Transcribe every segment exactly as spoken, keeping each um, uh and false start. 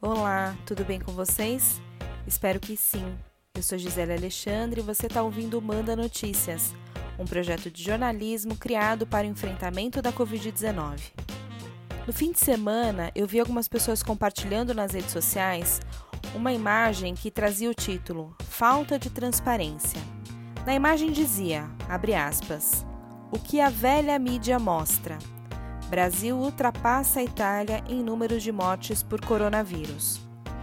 Olá, tudo bem com vocês? Espero que sim. Eu sou Gisele Alexandre e você está ouvindo o Manda Notícias, um projeto de jornalismo criado para o enfrentamento da covid dezenove. No fim de semana, eu vi algumas pessoas compartilhando nas redes sociais uma imagem que trazia o título Falta de Transparência. Na imagem dizia, abre aspas, o que a velha mídia mostra. Brasil ultrapassa a Itália em números de mortes por coronavírus.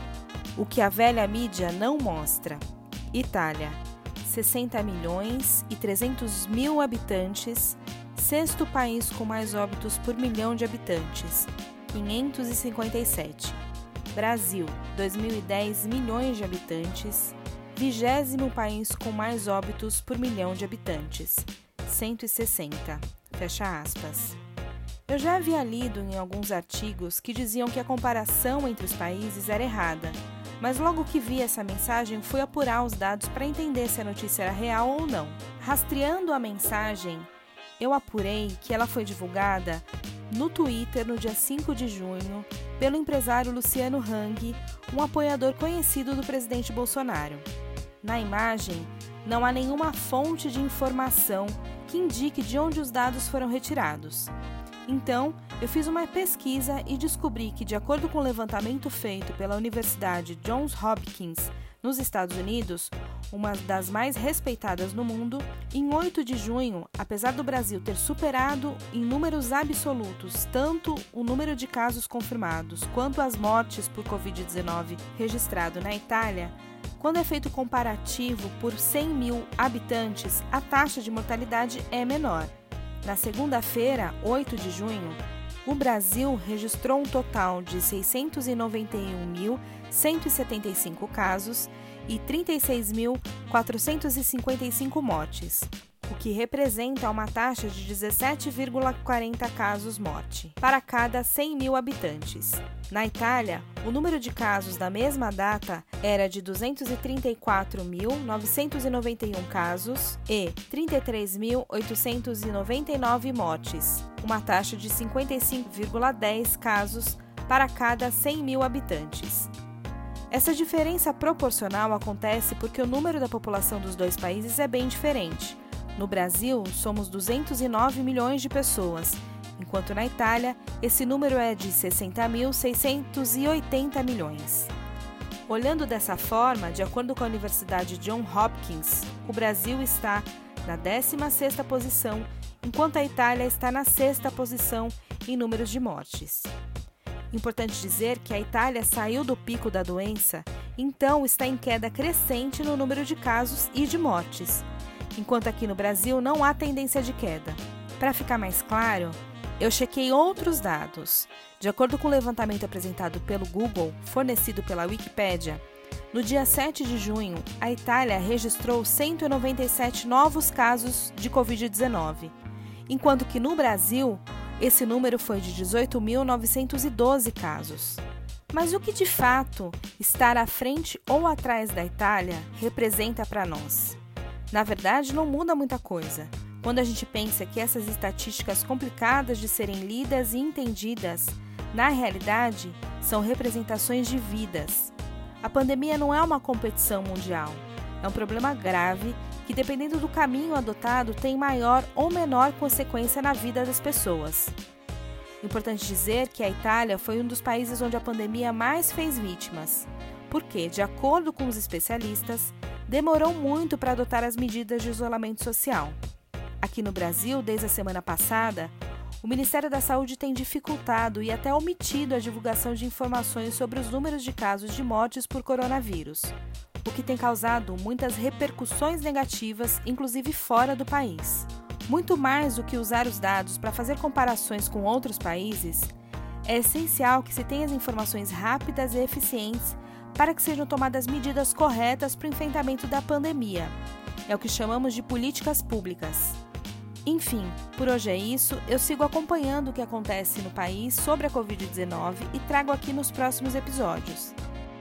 O que a velha mídia não mostra. Itália, sessenta milhões e trezentos mil habitantes, sexto país com mais óbitos por milhão de habitantes, quinhentos e cinquenta e sete. Brasil, dois mil e dez milhões de habitantes, vigésimo país com mais óbitos por milhão de habitantes, cento e sessenta. Fecha aspas. Eu já havia lido em alguns artigos que diziam que a comparação entre os países era errada, mas logo que vi essa mensagem fui apurar os dados para entender se a notícia era real ou não. Rastreando a mensagem, eu apurei que ela foi divulgada no Twitter no dia cinco de junho pelo empresário Luciano Hang, um apoiador conhecido do presidente Bolsonaro. Na imagem, não há nenhuma fonte de informação que indique de onde os dados foram retirados. Então, eu fiz uma pesquisa e descobri que, de acordo com o levantamento feito pela Universidade Johns Hopkins, nos Estados Unidos, uma das mais respeitadas no mundo, em oito de junho, apesar do Brasil ter superado em números absolutos tanto o número de casos confirmados quanto as mortes por covid dezenove registrado na Itália, quando é feito comparativo por cem mil habitantes, a taxa de mortalidade é menor. Na segunda-feira, oito de junho, o Brasil registrou um total de seiscentos e noventa e um mil cento e setenta e cinco casos e trinta e seis mil quatrocentos e cinquenta e cinco mortes, o que representa uma taxa de dezessete vírgula quarenta casos morte para cada cem mil habitantes. Na Itália, o número de casos da mesma data era de duzentos e trinta e quatro mil novecentos e noventa e um casos e trinta e três mil oitocentos e noventa e nove mortes, uma taxa de cinquenta e cinco vírgula dez casos para cada cem mil habitantes. Essa diferença proporcional acontece porque o número da população dos dois países é bem diferente. No Brasil, somos duzentos e nove milhões de pessoas, enquanto na Itália, esse número é de sessenta mil seiscentos e oitenta milhões. Olhando dessa forma, de acordo com a Universidade Johns Hopkins, o Brasil está na décima sexta posição, enquanto a Itália está na sexta posição em números de mortes. Importante dizer que a Itália saiu do pico da doença, então está em queda crescente no número de casos e de mortes, enquanto aqui no Brasil não há tendência de queda. Para ficar mais claro, eu chequei outros dados. De acordo com o levantamento apresentado pelo Google, fornecido pela Wikipédia, no dia sete de junho, a Itália registrou cento e noventa e sete novos casos de covid dezenove, enquanto que no Brasil, esse número foi de dezoito mil novecentos e doze casos. Mas o que de fato estar à frente ou atrás da Itália representa para nós? Na verdade, não muda muita coisa. Quando a gente pensa que essas estatísticas complicadas de serem lidas e entendidas, na realidade, são representações de vidas. A pandemia não é uma competição mundial. É um problema grave que, dependendo do caminho adotado, tem maior ou menor consequência na vida das pessoas. Importante dizer que a Itália foi um dos países onde a pandemia mais fez vítimas, porque, de acordo com os especialistas, demorou muito para adotar as medidas de isolamento social. Aqui no Brasil, desde a semana passada, o Ministério da Saúde tem dificultado e até omitido a divulgação de informações sobre os números de casos de mortes por coronavírus, o que tem causado muitas repercussões negativas, inclusive fora do país. Muito mais do que usar os dados para fazer comparações com outros países, é essencial que se tenha as informações rápidas e eficientes para que sejam tomadas medidas corretas para o enfrentamento da pandemia. É o que chamamos de políticas públicas. Enfim, por hoje é isso. Eu sigo acompanhando o que acontece no país sobre a covid dezenove e trago aqui nos próximos episódios.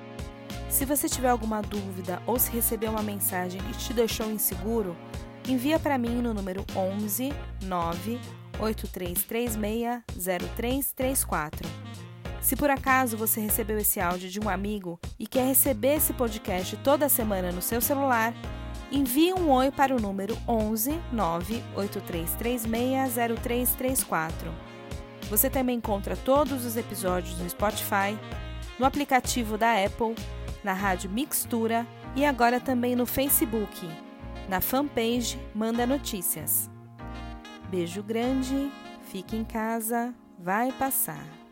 Se você tiver alguma dúvida ou se receber uma mensagem que te deixou inseguro, envia para mim no número onze nove oito três três seis zero três três quatro. Se por acaso você recebeu esse áudio de um amigo e quer receber esse podcast toda semana no seu celular, envie um oi para o número onze nove oito três três seis zero três três quatro. Você também encontra todos os episódios no Spotify, no aplicativo da Apple, na Rádio Mixtura e agora também no Facebook, na fanpage Manda Notícias. Beijo grande, fique em casa, vai passar.